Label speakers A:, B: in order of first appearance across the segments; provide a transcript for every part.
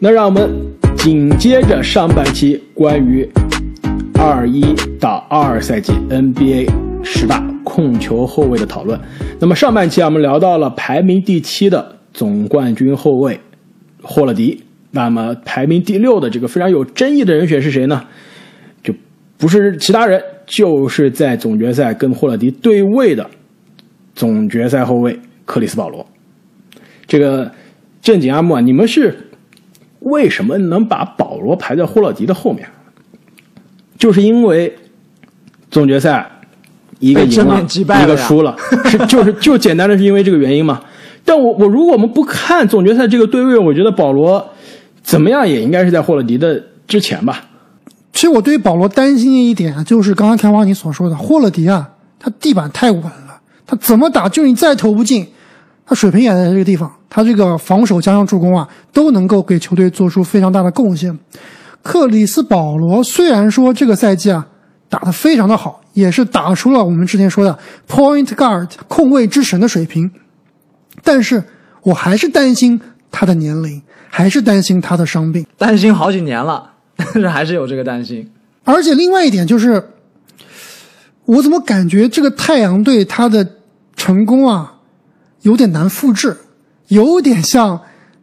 A: 那让我们紧接着上半期关于21到22赛季 NBA 10大控球后卫的讨论。那么上半期我们聊到了排名第7的总冠军后卫霍勒迪，那么排名第6的这个非常有争议的人选是谁呢？就不是其他人，就是在总决赛跟霍勒迪对位的总决赛后卫克里斯保罗。这个正经阿木啊，你们是为什么能把保罗排在霍勒迪的后面？就是因为总决赛一个赢了，一个输了，就简单的是因为这个原因嘛。但我如果我们不看总决赛这个对位，我觉得保罗怎么样也应该是在霍勒迪的之前吧。
B: 其实我对于保罗担心的一点啊，就是刚刚开华你所说的，霍勒迪啊，他地板太稳了，他怎么打，就你再投不进，他水平也在这个地方，他这个防守加上助攻啊，都能够给球队做出非常大的贡献。克里斯保罗虽然说这个赛季啊打得非常的好，也是打出了我们之前说的 point guard 控卫之神的水平，但是我还是担心他的年龄，还是担心他的伤病，
C: 担心好几年了，但是还是有这个担心。
B: 而且另外一点就是，我怎么感觉这个太阳队他的成功啊有点难复制，有点像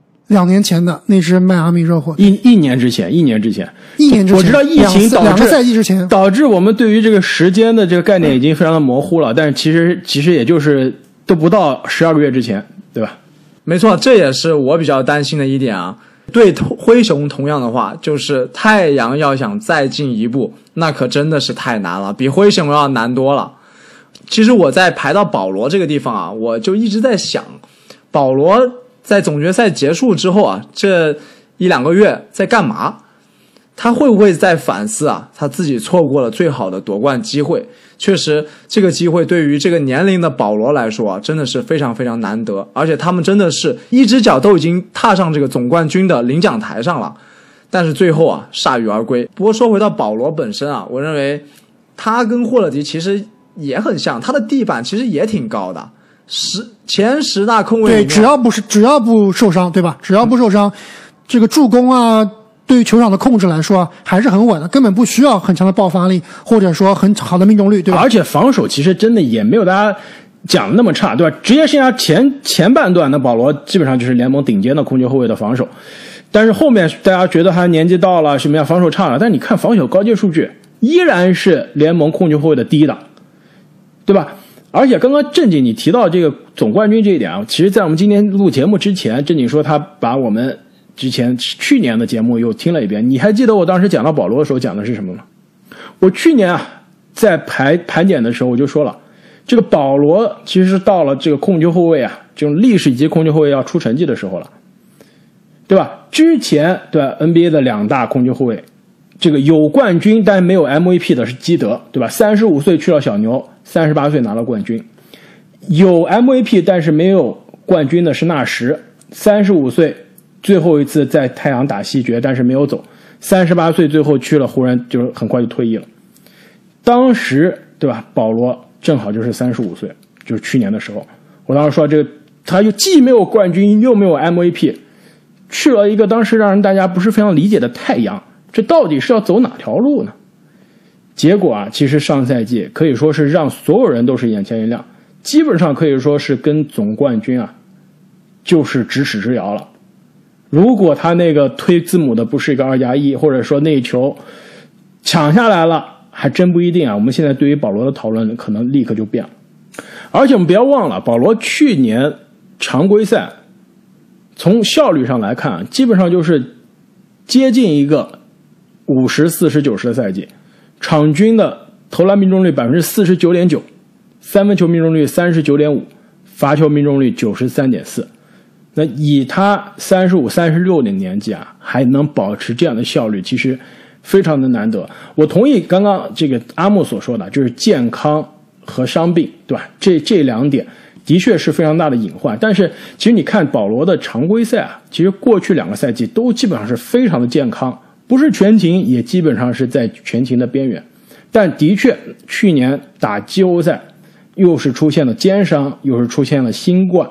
B: 2年前的那支迈阿密热火。
A: 一年之前，我知道疫情
B: 2个赛季之前
A: 导致我们对于这个时间的这个概念已经非常的模糊了，但是其实也就是都不到12个月之前，对吧？
C: 没错，这也是我比较担心的一点啊。对灰熊同样的话，就是太阳要想再进一步，那可真的是太难了，比灰熊要难多了。其实我在排到保罗这个地方啊，我就一直在想，保罗在总决赛结束之后啊，这1-2个月在干嘛？他会不会在反思啊？他自己错过了最好的夺冠机会。确实，这个机会对于这个年龄的保罗来说啊，真的是非常非常难得。而且他们真的是一只脚都已经踏上这个总冠军的领奖台上了，但是最后啊，铩羽而归。不过说回到保罗本身啊，我认为他跟霍勒迪其实也很像，他的地板其实也挺高的。前10大控卫里面，
B: 对，只要不受伤，对吧？只要不受伤，这个助攻啊，对于球场的控制来说啊，还是很稳的，根本不需要很强的爆发力，或者说很好的命中率，对吧？
A: 而且防守其实真的也没有大家讲的那么差，对吧？职业生涯前半段，那保罗基本上就是联盟顶尖的控球后卫的防守，但是后面大家觉得他年纪到了，什么样防守差了，但你看防守高阶数据，依然是联盟控球后卫的第一档，对吧？而且刚刚正经你提到这个总冠军这一点啊，其实在我们今天录节目之前，正经说他把我们去年的节目又听了一遍。你还记得我当时讲到保罗的时候讲的是什么吗？我去年啊在盘点的时候我就说了，这个保罗其实是到了这个控球后卫啊，这种历史级控球后卫要出成绩的时候了，对吧？之前对吧 NBA 的2大控球后卫，这个有冠军但没有 MVP 的是基德，对吧？35岁去了小牛，38岁拿了冠军。有 MVP 但是没有冠军的是纳什，35岁最后一次在太阳打西决，但是没有走，38岁最后去了湖人，就是很快就退役了。当时对吧，保罗正好就是35岁，就是去年的时候，我当时说这个他又既没有冠军又没有 MVP， 去了一个当时让人大家不是非常理解的太阳，这到底是要走哪条路呢？结果啊，其实上赛季可以说是让所有人都是眼前一亮，基本上可以说是跟总冠军啊就是咫尺之遥了。如果他那个推字母的不是一个2+1，或者说那一球抢下来了，还真不一定啊。我们现在对于保罗的讨论可能立刻就变了。而且我们不要忘了，保罗去年常规赛从效率上来看，基本上就是接近一个50-40-90的赛季，场均的投篮命中率 49.9%， 三分球命中率 39.5%， 罚球命中率 93.4%。那以他35、36的年纪啊，还能保持这样的效率，其实非常的难得。我同意刚刚这个阿木所说的，就是健康和伤病，对吧？这2点的确是非常大的隐患。但是其实你看保罗的常规赛啊，其实过去2个赛季都基本上是非常的健康，不是全勤，也基本上是在全勤的边缘。但的确去年打季后赛又是出现了肩伤，又是出现了新冠，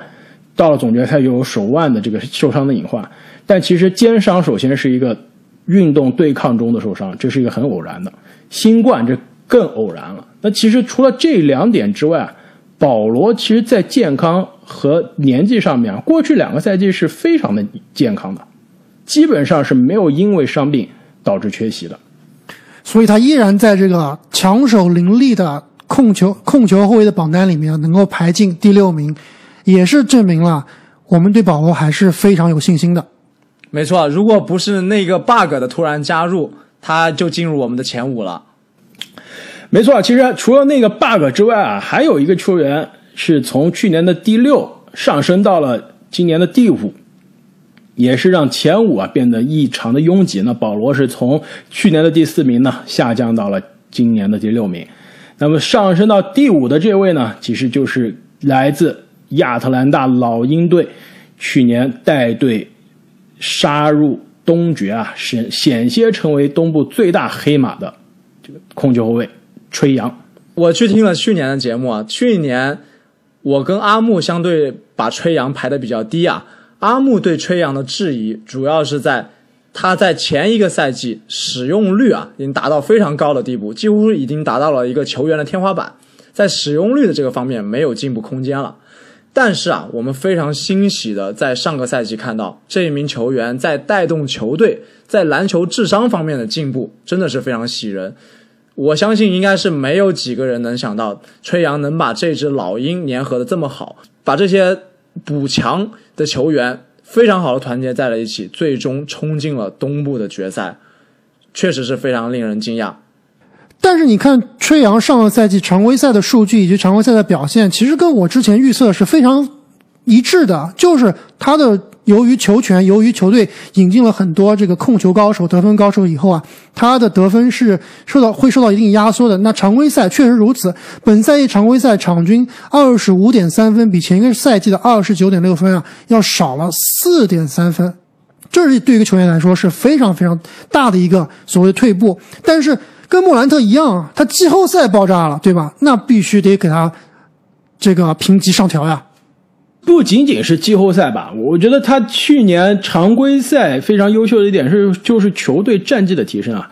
A: 到了总决赛又有手腕的这个受伤的隐患，但其实肩伤首先是一个运动对抗中的受伤，这是一个很偶然的，新冠这更偶然了。那其实除了这2点之外，保罗其实在健康和年纪上面，过去2个赛季是非常的健康的，基本上是没有因为伤病导致缺席的，
B: 所以他依然在这个强手林立的控球后卫的榜单里面能够排进第6名，也是证明了我们对保罗还是非常有信心的。
C: 没错，如果不是那个 bug 的突然加入，他就进入我们的前5了。
A: 没错，其实除了那个 bug 之外还有一个球员是从去年的第6上升到了今年的第5，也是让前5变得异常的拥挤。那保罗是从去年的第4名呢下降到了今年的第6名。那么上升到第5的这位呢，其实就是来自亚特兰大老鹰队，去年带队杀入东决险些成为东部最大黑马的这个控球后卫吹杨。
C: 我去听了去年的节目去年我跟阿木相对把吹杨排的比较低阿木对吹杨的质疑主要是在他在前一个赛季使用率已经达到非常高的地步，几乎已经达到了一个球员的天花板，在使用率的这个方面没有进步空间了。但是我们非常欣喜的在上个赛季看到这一名球员在带动球队在篮球智商方面的进步，真的是非常喜人。我相信应该是没有几个人能想到吹杨能把这支老鹰粘合的这么好，把这些补强的球员非常好的团结在了一起，最终冲进了东部的决赛，确实是非常令人惊讶。
B: 但是你看吹杨上个赛季常规赛的数据以及常规赛的表现，其实跟我之前预测是非常一致的，就是他的由于球权，由于球队引进了很多这个控球高手、得分高手以后他的得分是会受到一定压缩的。那常规赛确实如此，本赛季常规赛场均 25.3 分，比前一个赛季的 29.6 分要少了 4.3 分。这是对一个球员来说是非常非常大的一个所谓的退步。但是跟莫兰特一样他季后赛爆炸了，对吧？那必须得给他这个评级上调呀。
A: 不仅仅是季后赛吧，我觉得他去年常规赛非常优秀的一点就是球队战绩的提升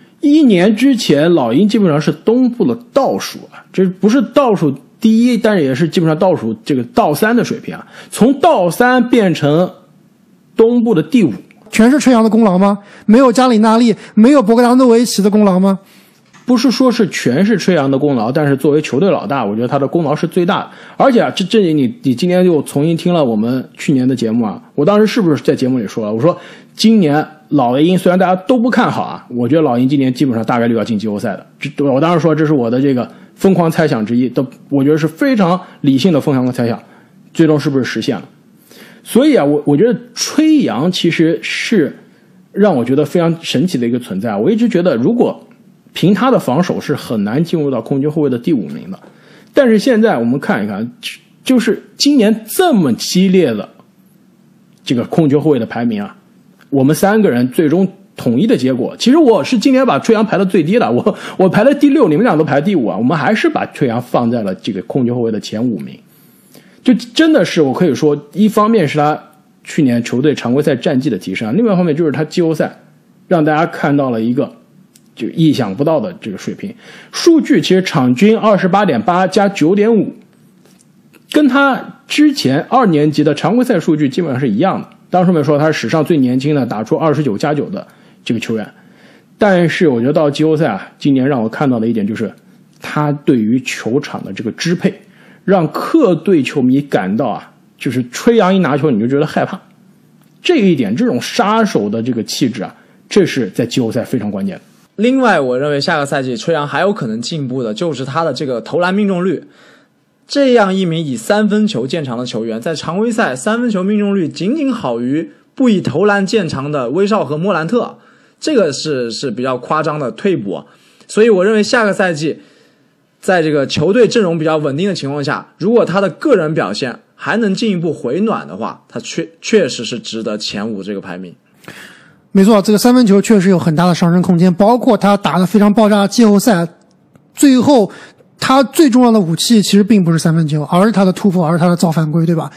A: 1年之前老鹰基本上是东部的倒数这不是倒数第1，但是也是基本上倒数这个倒3的水平从倒3变成东部的第5，
B: 全是吹杨的功劳吗？没有加里纳利，没有博格达诺维奇的功劳吗？
A: 不是说是全是吹杨的功劳，但是作为球队老大，我觉得他的功劳是最大的。而且这你今年又重新听了我们去年的节目我当时是不是在节目里说了？我说今年老鹰虽然大家都不看好我觉得老鹰今年基本上大概率要进季后赛的。我当时说这是我的这个疯狂猜想之一，我觉得是非常理性的疯狂猜想，最终是不是实现了？所以我觉得吹杨其实是让我觉得非常神奇的一个存在。我一直觉得如果凭他的防守是很难进入到控球后卫的第5名的，但是现在我们看一看，就是今年这么激烈的这个控球后卫的排名我们3个人最终统一的结果，其实我是今年把吹杨排到最低的，我排了第6，你们俩都排第5我们还是把吹杨放在了这个控球后卫的前5名。就真的是我可以说，一方面是他去年球队常规赛战绩的提升另外一方面就是他季后赛让大家看到了一个就意想不到的这个水平。数据其实场均 28.8 加 9.5 跟他之前2年级的常规赛数据基本上是一样的，当时我们说他是史上最年轻的打出29加9的这个球员。但是我觉得到季后赛今年让我看到的一点就是他对于球场的这个支配，让客队球迷感到就是吹杨一拿球你就觉得害怕，这一点这种杀手的这个气质这是在季后赛非常关键的。
C: 另外我认为下个赛季吹杨还有可能进步的就是他的这个投篮命中率。这样一名以3分球见长的球员，在常规赛3分球命中率仅仅好于不以投篮见长的威少和莫兰特，这个是比较夸张的退步。所以我认为下个赛季在这个球队阵容比较稳定的情况下，如果他的个人表现还能进一步回暖的话，他确实是值得前5这个排名。
B: 没错，这个3分球确实有很大的上升空间，包括他打得非常爆炸的季后赛，最后他最重要的武器其实并不是3分球，而是他的突破，而是他的造犯规，对吧？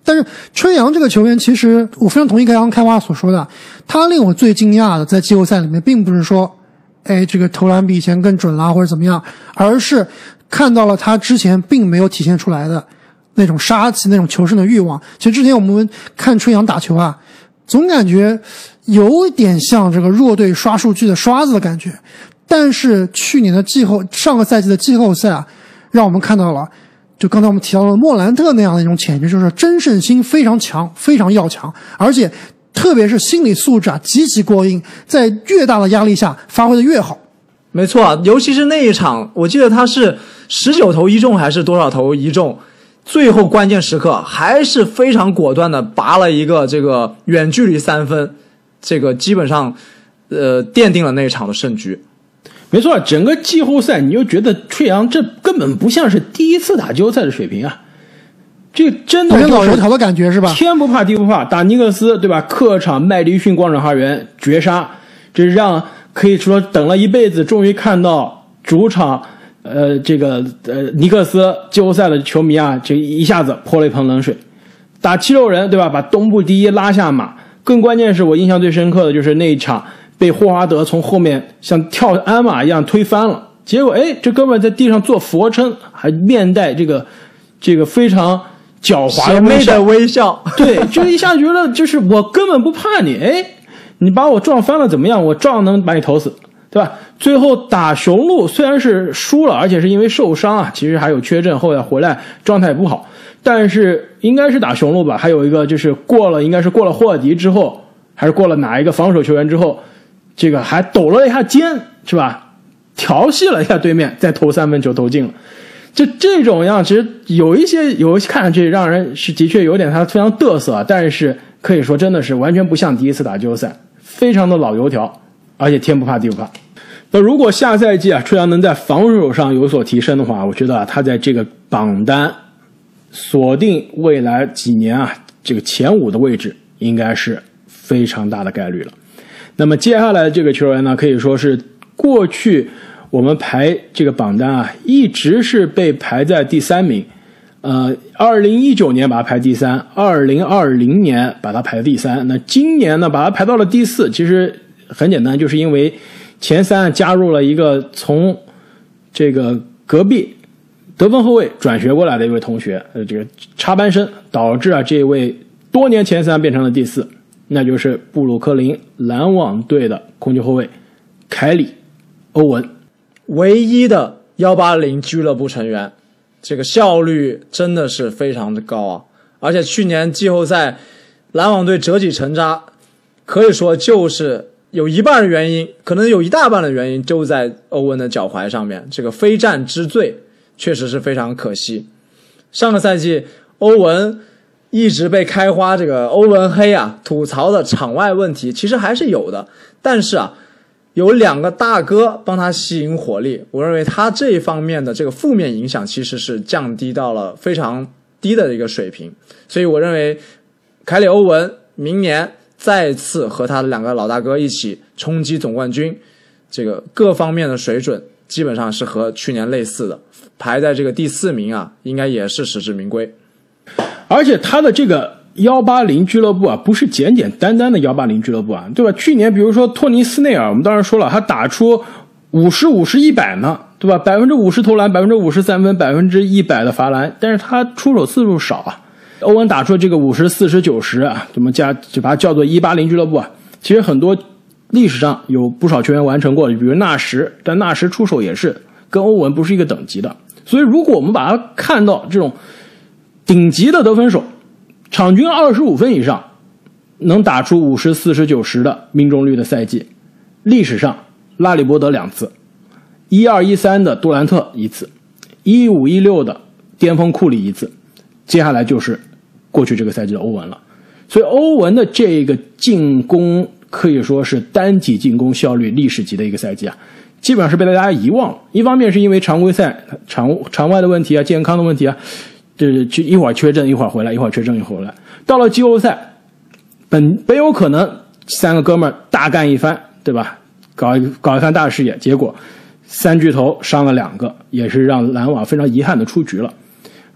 B: 但是春阳这个球员，其实我非常同意刚刚开花所说的，他令我最惊讶的在季后赛里面，并不是说，这个投篮比以前更准啦或者怎么样，而是看到了他之前并没有体现出来的那种杀气、那种求胜的欲望。其实之前我们看春阳打球啊，总感觉有点像这个弱队刷数据的刷子的感觉。但是去年的上个赛季的季后赛啊，让我们看到了，就刚才我们提到了莫兰特那样的一种潜质，就是争胜心非常强，非常要强，而且特别是心理素质啊极其过硬，在越大的压力下发挥的越好。
C: 没错啊，尤其是那一场，我记得他是19投一中还是多少投一中，最后关键时刻还是非常果断的拔了一个这个远距离3分，这个基本上奠定了那一场的胜局。
A: 没错，整个季后赛你就觉得吹阳这根本不像是第一次打季后赛的水平啊，这真的
B: 老油条的感觉是吧？
A: 天不怕地不怕，打尼克斯对吧？客场麦迪逊广场花园绝杀，这让可以说等了一辈子，终于看到主场尼克斯季后赛的球迷啊，这一下子泼了一盆冷水。打76人对吧？把东部第一拉下马，更关键是我印象最深刻的就是那一场。被霍华德从后面像跳鞍马一样推翻了，结果这哥们在地上做俯卧撑，还面带这个非常狡猾的
C: 微笑，
A: 对，就一下觉得就是我根本不怕你，你把我撞翻了怎么样？我照样能把你投死，对吧？最后打雄鹿虽然是输了，而且是因为受伤啊，其实还有缺阵，后来回来状态也不好，但是应该是打雄鹿吧？还有一个就是应该是过了霍尔迪之后，还是过了哪一个防守球员之后。这个还抖了一下肩是吧？调戏了一下对面，再投3分球投进了。就这种样，其实有一些看上去让人是的确有点他非常嘚瑟啊，但是可以说真的是完全不像第一次打季后赛，非常的老油条，而且天不怕地不怕。那如果下赛季啊，吹阳能在防守上有所提升的话，我觉得他在这个榜单锁定未来几年啊这个前5的位置，应该是非常大的概率了。那么接下来这个球员呢，可以说是过去我们排这个榜单啊，一直是被排在第3名。2019年把他排第3 ，2020年把他排第3，那今年呢把他排到了第4。其实很简单，就是因为前3加入了一个从这个隔壁得分后卫转学过来的一位同学，这个插班生，导致啊这位多年前3变成了第4。那就是布鲁克林篮网队的控球后卫凯里·欧文，
C: 唯一的180俱乐部成员，这个效率真的是非常的高啊！而且去年季后赛篮网队折戟沉渣，可以说就是有一半的原因，可能有一大半的原因就在欧文的脚踝上面，这个非战之罪确实是非常可惜。上个赛季欧文一直被开花这个欧文黑啊吐槽的场外问题其实还是有的，但是啊有2个大哥帮他吸引火力，我认为他这一方面的这个负面影响其实是降低到了非常低的一个水平，所以我认为凯里欧文明年再次和他的2个老大哥一起冲击总冠军，这个各方面的水准基本上是和去年类似的，排在这个第4名啊，应该也是实至名归。
A: 而且他的这个180俱乐部啊，不是简简单单的180俱乐部啊，对吧？去年比如说托尼斯内尔，我们当时说了，他打出50-50-100呢，对吧？50%投篮，53%分，100%的罚篮，但是他出手次数少啊。欧文打出这个50-40-90啊，怎么就把它叫做180俱乐部啊？其实很多历史上有不少球员完成过的，比如纳什，但纳什出手也是跟欧文不是一个等级的。所以如果我们把它看到这种顶级的得分手，场均25分以上，能打出50-40-90的命中率的赛季，历史上拉里伯德2次，12-13的杜兰特1次，15-16的巅峰库里1次，接下来就是过去这个赛季的欧文了。所以欧文的这个进攻可以说是单体进攻效率历史级的一个赛季啊，基本上是被大家遗忘了。一方面是因为常规赛场外的问题啊，健康的问题啊，这就一会儿缺阵一会儿回来，一会儿缺阵一会儿回来。到了季后赛，本有可能3个哥们儿大干一番，对吧？搞一番大事业，结果3巨头伤了2个，也是让篮网非常遗憾的出局了。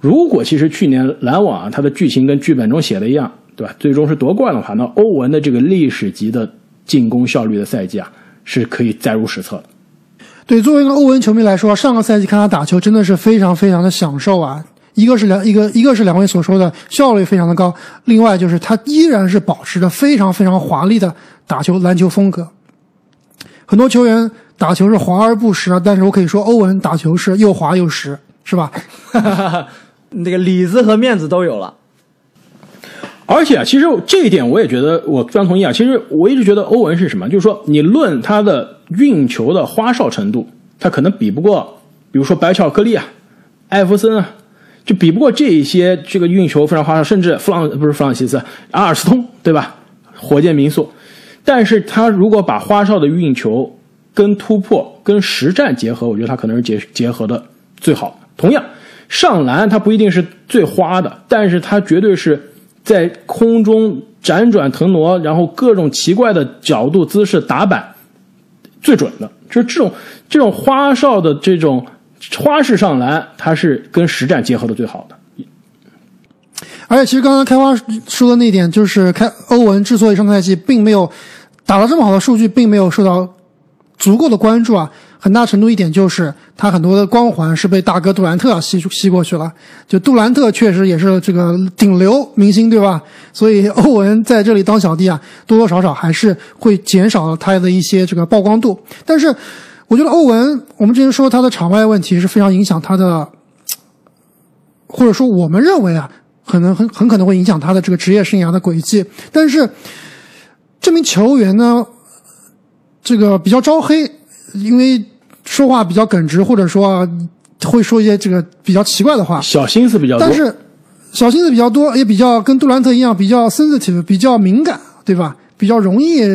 A: 如果其实去年篮网它的剧情跟剧本中写的一样，对吧？最终是夺冠的话，那欧文的这个历史级的进攻效率的赛季啊，是可以载入史册的。
B: 对，作为一个欧文球迷来说，上个赛季看他打球真的是非常非常的享受啊。一个是两位所说的效率非常的高，另外就是他依然是保持着非常非常华丽的篮球风格。很多球员打球是华而不实啊，但是我可以说欧文打球是又华又实，是吧？
C: 那个里子和面子都有了。
A: 而且啊，其实这一点我也觉得我非常同意啊。其实我一直觉得欧文是什么，就是说你论他的运球的花哨程度，他可能比不过比如说白巧克力啊、艾弗森啊，就比不过这一些这个运球非常花哨，甚至弗朗西斯、阿尔斯通，对吧？火箭名宿。但是他如果把花哨的运球跟突破跟实战结合，我觉得他可能是结合的最好。同样上篮他不一定是最花的，但是他绝对是在空中辗转腾挪，然后各种奇怪的角度姿势打板最准的。就是这种花哨的这种花式上篮，它是跟实战结合的最好的。
B: 而且其实刚刚开花说的那一点，就是欧文之所以上赛季并没有打到这么好的数据，并没有受到足够的关注啊，很大程度一点就是他很多的光环是被大哥杜兰特吸过去了。就杜兰特确实也是这个顶流明星，对吧？所以欧文在这里当小弟啊，多多少少还是会减少他的一些这个曝光度。但是我觉得欧文，我们之前说他的场外问题是非常影响他的，或者说我们认为啊，很可能会影响他的这个职业生涯的轨迹。但是这名球员呢，这个比较招黑，因为说话比较耿直，或者说会说一些这个比较奇怪的话，
A: 小心思比较多。
B: 但是小心思比较多，也比较跟杜兰特一样比较 sensitive， 比较敏感，对吧？比较容易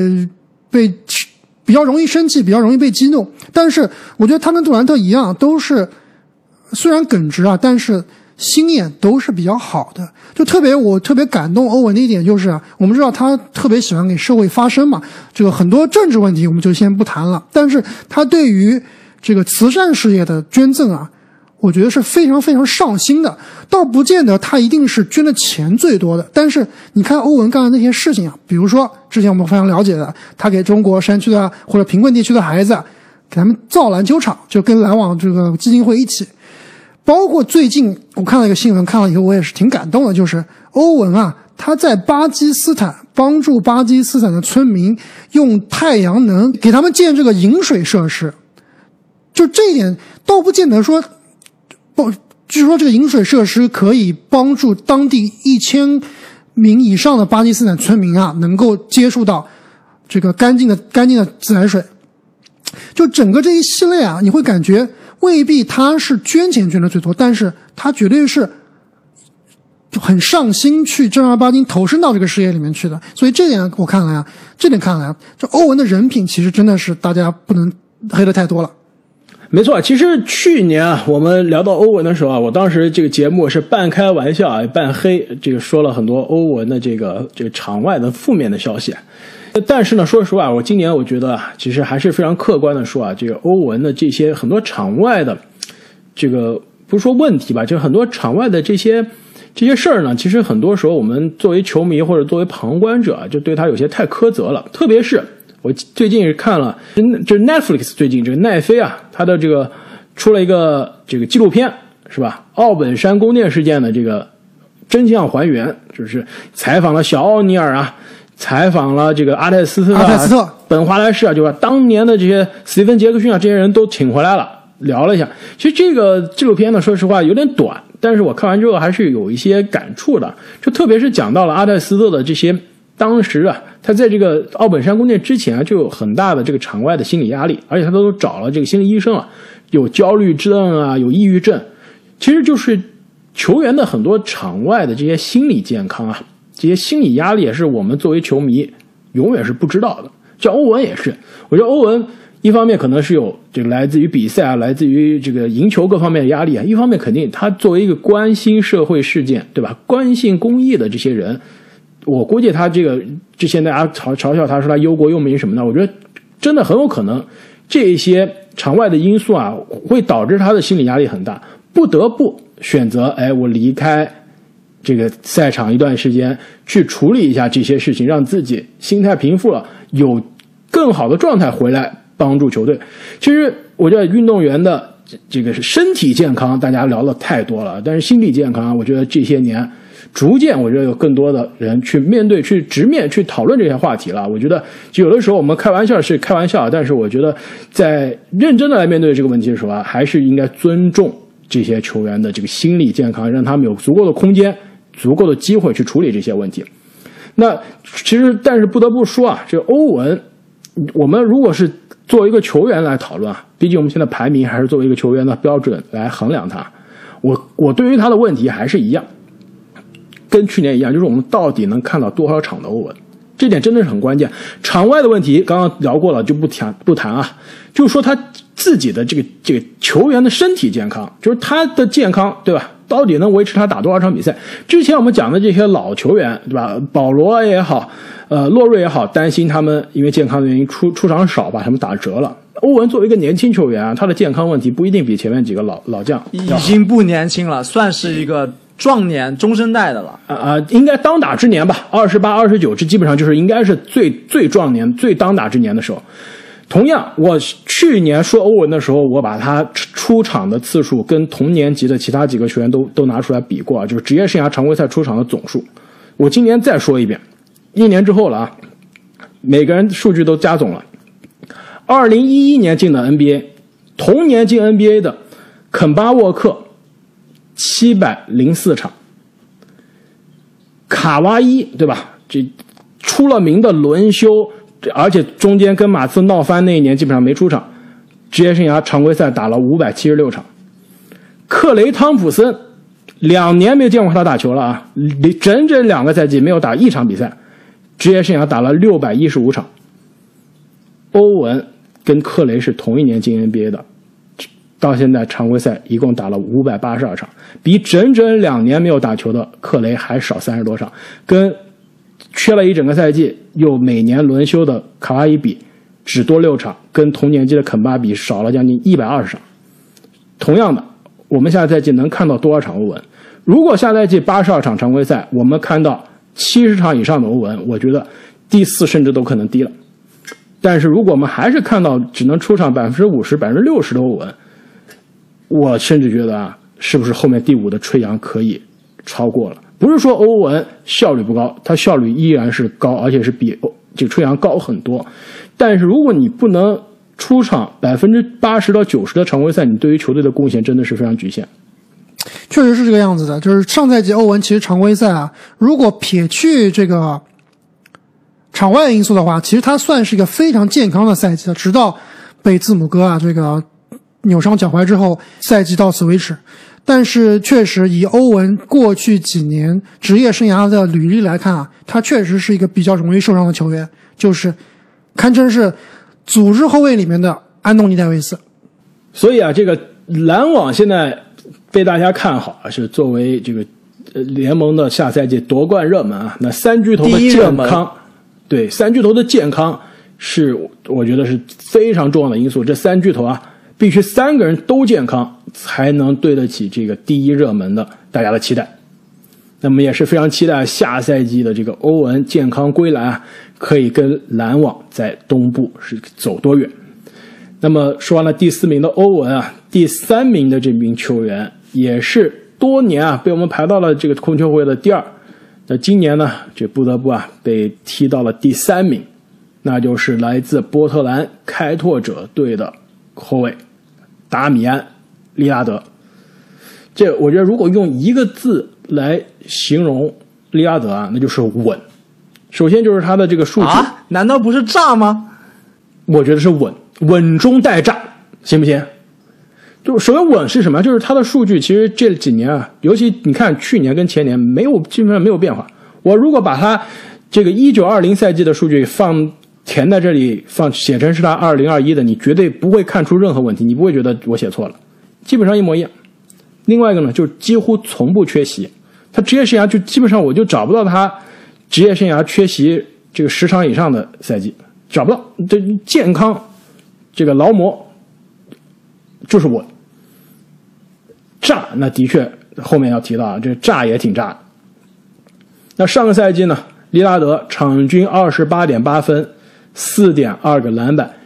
B: 生气，比较容易被激怒。但是我觉得他跟杜兰特一样，都是虽然耿直啊，但是心眼都是比较好的。我特别感动欧文的一点就是，我们知道他特别喜欢给社会发声嘛，这个很多政治问题我们就先不谈了，但是他对于这个慈善事业的捐赠啊，我觉得是非常非常上心的。倒不见得他一定是捐的钱最多的，但是你看欧文干的那些事情啊，比如说之前我们非常了解的，他给中国山区的或者贫困地区的孩子给他们造篮球场，就跟篮网这个基金会一起。包括最近我看了一个新闻，看了以后我也是挺感动的，就是欧文啊，他在巴基斯坦帮助巴基斯坦的村民用太阳能给他们建这个饮水设施。就这一点倒不见得说，据说这个饮水设施可以帮助当地1000名以上的巴基斯坦村民啊，能够接触到这个干净的自来水。就整个这一系列啊，你会感觉未必他是捐钱捐的最多，但是他绝对是很上心去正儿八经投身到这个事业里面去的。所以这点看来啊，这欧文的人品其实真的是大家不能黑的太多了。
A: 没错，其实去年啊，我们聊到欧文的时候啊，我当时这个节目是半开玩笑啊，半黑，这个说了很多欧文的这个场外的负面的消息。但是呢，说实话，我今年我觉得其实还是非常客观的说啊，这个欧文的这些很多场外的这个不是说问题吧，就是很多场外的这些事儿呢，其实很多时候我们作为球迷或者作为旁观者，就对他有些太苛责了。特别是我最近是看了，就是 Netflix 最近这个奈飞啊，他的这个出了一个这个纪录片，是吧？奥本山宫殿事件的这个真相还原，就是采访了小奥尼尔啊。采访了这个阿泰斯特、本华莱士啊，就把当年的这些史蒂芬·杰克逊啊这些人都请回来了，聊了一下。其实这个纪录片呢，说实话有点短，但是我看完之后还是有一些感触的。就特别是讲到了阿泰斯特的这些，当时啊，他在这个奥本山宫殿之前啊，就有很大的这个场外的心理压力，而且他都找了这个心理医生了，有焦虑症啊，有抑郁症。其实就是球员的很多场外的这些心理健康啊。这些心理压力也是我们作为球迷永远是不知道的。像欧文也是，我觉得欧文一方面可能是有这个来自于比赛啊，来自于这个赢球各方面的压力啊，一方面肯定他作为一个关心社会事件，对吧？关心公益的这些人，我估计他这个之前大家嘲笑他说他忧国忧民什么的，我觉得真的很有可能这些场外的因素啊，会导致他的心理压力很大。 不得不选择，我离开这个赛场一段时间，去处理一下这些事情，让自己心态平复了，有更好的状态回来帮助球队。其实我觉得运动员的这个身体健康大家聊了太多了，但是心理健康我觉得这些年逐渐我觉得有更多的人去面对去直面去讨论这些话题了。我觉得有的时候我们开玩笑是开玩笑，但是我觉得在认真的来面对这个问题的时候还是应该尊重这些球员的这个心理健康，让他们有足够的空间足够的机会去处理这些问题。那其实但是不得不说这个欧文，我们如果是作为一个球员来讨论毕竟我们现在排名还是作为一个球员的标准来衡量他，我对于他的问题还是一样，跟去年一样，就是我们到底能看到多少场的欧文，这点真的是很关键。场外的问题刚刚聊过了，就不谈就是说他自己的这个球员的身体健康，就是他的健康，对吧？到底能维持他打多少场比赛？之前我们讲的这些老球员，对吧？保罗也好，洛瑞也好，担心他们因为健康的原因出场少，把他们打折了。欧文作为一个年轻球员他的健康问题不一定比前面几个老将
C: 已经不年轻了，算是一个壮年中生代的了
A: 应该当打之年吧，28、29这基本上就是应该是最壮年、最当打之年的时候。同样，我去年说欧文的时候，我把他出场的次数跟同年级的其他几个球员都拿出来比过就是职业生涯常规赛出场的总数。我今年再说一遍，1年之后了每个人数据都加总了。2011年进的 NBA， 同年进 NBA 的肯巴沃克704场，卡哇伊对吧？这出了名的轮休，而且中间跟马刺闹翻那一年基本上没出场，职业生涯常规赛打了576场。克雷汤普森2年没见过他打球了整整2个赛季没有打1场比赛，职业生涯打了615场。欧文跟克雷是同一年进 NBA 的，到现在常规赛一共打了582场，比整整2年没有打球的克雷还少30多场，跟缺了一整个赛季又每年轮休的卡哇伊比只多6场，跟同年纪的肯巴比少了将近120场。同样的，我们下赛季能看到多少场欧文？如果下赛季82场常规赛我们看到70场以上的欧文，我觉得第4甚至都可能低了。但是如果我们还是看到只能出场 50%、60% 的欧文，我甚至觉得是不是后面第5的吹杨可以超过了？不是说欧文效率不高，他效率依然是高，而且是比这个吹杨高很多。但是如果你不能出场 80%到90% 的常规赛，你对于球队的贡献真的是非常局限。
B: 确实是这个样子的，就是上赛季欧文其实常规赛如果撇去这个场外因素的话，其实他算是一个非常健康的赛季了，直到被字母哥这个扭伤脚踝之后，赛季到此为止。但是确实以欧文过去几年职业生涯的履历来看他确实是一个比较容易受伤的球员，就是堪称是组织后卫里面的安东尼戴维斯。
A: 所以这个篮网现在被大家看好是作为这个联盟的下赛季夺冠热门那3巨头的健康，对3巨头的健康是我觉得是非常重要的因素。这3巨头必须3个人都健康才能对得起这个第一热门的大家的期待。那么也是非常期待下赛季的这个欧文健康归来可以跟篮网在东部是走多远。那么说完了第4名的欧文第3名的这名球员也是多年被我们排到了这个控球后卫的第2，那今年呢这不得不被踢到了第3名，那就是来自波特兰开拓者队的后卫达米安·利拉德。这我觉得如果用一个字来形容利拉德那就是稳。首先就是他的这个数据
C: 难道不是炸吗？
A: 我觉得是稳中带炸，行不行？就首先稳是什么？就是他的数据其实这几年尤其你看去年跟前年基本上没有变化。我如果把他这个19-20赛季的数据填在这里写成是他2021的，你绝对不会看出任何问题，你不会觉得我写错了，基本上一模一样。另外一个呢，就是几乎从不缺席，他职业生涯就基本上我就找不到他职业生涯缺席这个10场以上的赛季，找不到。这健康这个劳模就是稳， 炸，那的确后面要提到啊，这炸也挺炸的。那上个赛季呢，利拉德场均 28.8 分 4.2 个篮板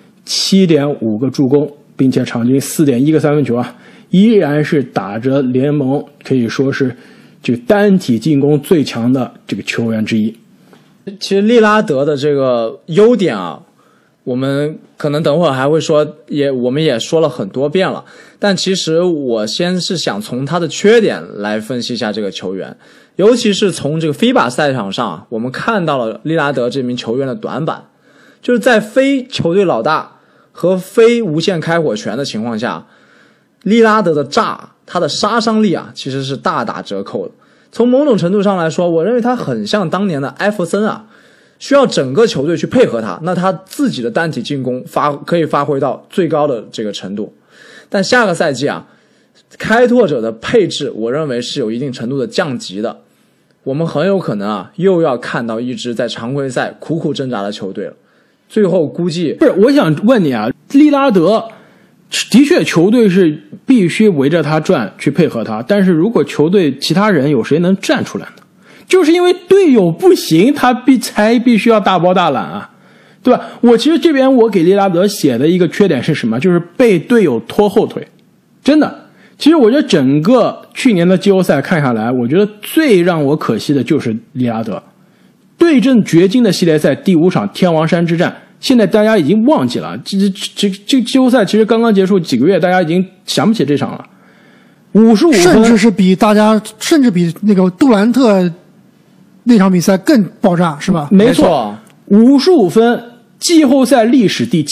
A: 7.5 个助攻，并且场均 4.1 个三分球啊，依然是打着联盟可以说是这个单体进攻最强的这个球员之一。
C: 其实利拉德的这个优点啊，我们可能等会儿还会说，我们也说了很多遍了，但其实我先是想从他的缺点来分析一下这个球员，尤其是从这个 FIBA 赛场上，我们看到了利拉德这名球员的短板，就是在非球队老大和非无限开火权的情况下，利拉德的炸，他的杀伤力啊，其实是大打折扣的。从某种程度上来说，我认为他很像当年的艾弗森啊，需要整个球队去配合他，那他自己的单体进攻可以发挥到最高的这个程度。但下个赛季啊，开拓者的配置我认为是有一定程度的降级的，我们很有可能啊又要看到一支在常规赛苦苦挣扎的球队了。最后估计
A: 不是，我想问你啊，利拉德的确球队是必须围着他转去配合他，但是如果球队其他人有谁能站出来呢？就是因为队友不行，他才必须要大包大揽啊，对吧？我其实这边我给利拉德写的一个缺点是什么？就是被队友拖后腿。真的，其实我觉得整个去年的季后赛看下来，我觉得最让我可惜的就是利拉德。对阵掘金的系列赛第5场天王山之战，现在大家已经忘记了，这季后赛其实刚刚结束几个月，大家已经想不起这场了。55分，
B: 甚至比那个杜兰特那场比赛更爆炸，是吧？
A: 没错，55分，季后赛历史第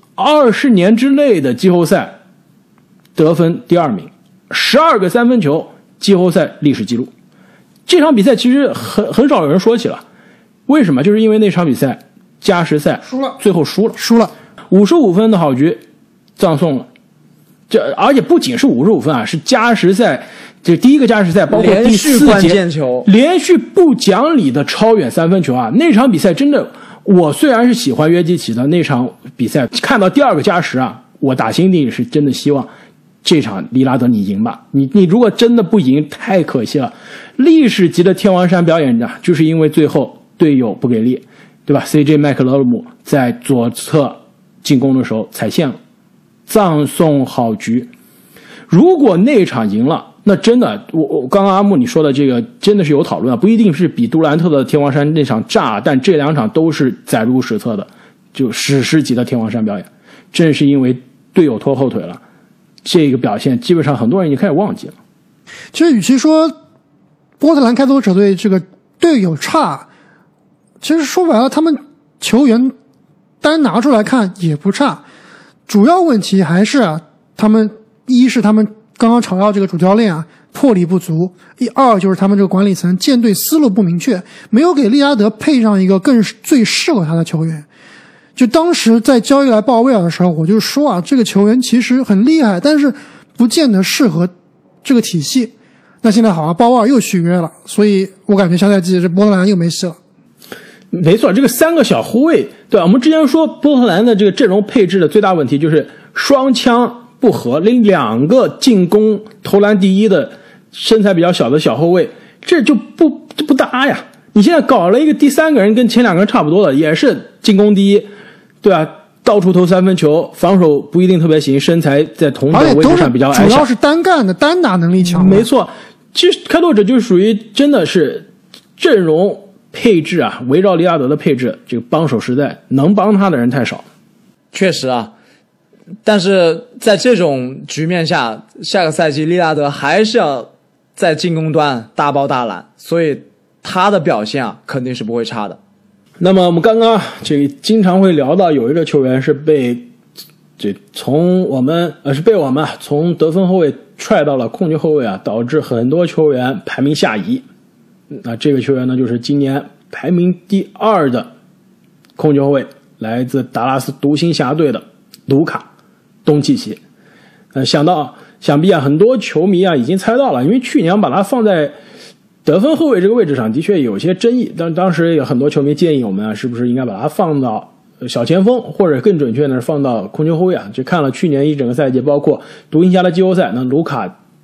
A: 7，20年之内的季后赛得分第2名，12个三分球，季后赛历史记录。这场比赛其实很少有人说起了，为什么？就是因为那场比赛加时赛
B: 输了，
A: 最后输了，55分的好局葬送了。而且不仅是55分啊，是加时赛，这第一个加时赛包括第4节
C: 关键球
A: 连续不讲理的超远三分球啊！那场比赛真的，我虽然是喜欢约基奇的，那场比赛看到第2个加时啊，我打心底里是真的希望这场利拉德你赢吧，你如果真的不赢，太可惜了。历史级的天王山表演啊，就是因为最后队友不给力，对吧 ？CJ 麦克勒姆在左侧进攻的时候踩线了，葬送好局。如果那场赢了，那真的，我刚刚阿木你说的这个真的是有讨论啊，不一定是比杜兰特的天王山那场炸，但这2场都是载入史册的，就史诗级的天王山表演。正是因为队友拖后腿了，这个表现基本上很多人已经开始忘记了。
B: 其实与其说波特兰开拓者队这个队友差，其实说白了他们球员单拿出来看也不差，主要问题还是一是他们刚刚吵到这个主教练啊魄力不足，二就是他们这个管理层建队思路不明确，没有给利拉德配上一个最适合他的球员。就当时在交易来鲍威尔的时候，我就说啊，这个球员其实很厉害，但是不见得适合这个体系。那现在好啊，鲍威尔又续约了，所以我感觉下赛季这波特兰又没戏了。
A: 没错，这个3个小后卫，对吧？我们之前说波特兰的这个阵容配置的最大问题就是双枪不合，连2个进攻投篮第一的身材比较小的小后卫，这就不搭呀。你现在搞了一个第3个人跟前2个人差不多的，也是进攻第一，对吧？到处投三分球，防守不一定特别行，身材在同等位置上比较矮小，
B: 主要是单干的，单打能力强。
A: 没错，其实开拓者就属于真的是阵容配置啊，围绕利拉德的配置，这个帮手实在能帮他的人太少。
C: 确实啊，但是在这种局面下，下个赛季利拉德还是要在进攻端大包大揽，所以他的表现啊肯定是不会差的。
A: 那么我们刚刚这个经常会聊到有一个球员是被我们从得分后卫踹到了控球后卫啊，导致很多球员排名下移。那这个球员呢，就是今年排名第2的控球后卫，来自达拉斯独行侠队的卢卡·东契奇。想必啊，很多球迷啊已经猜到了，因为去年把他放在得分后卫这个位置上的确有些争议，但当时有很多球迷建议我们啊，是不是应该把他放到小前锋，或者更准确的是放到控球后卫啊？就看了去年一整个赛季，包括独行侠的季后赛，那卢卡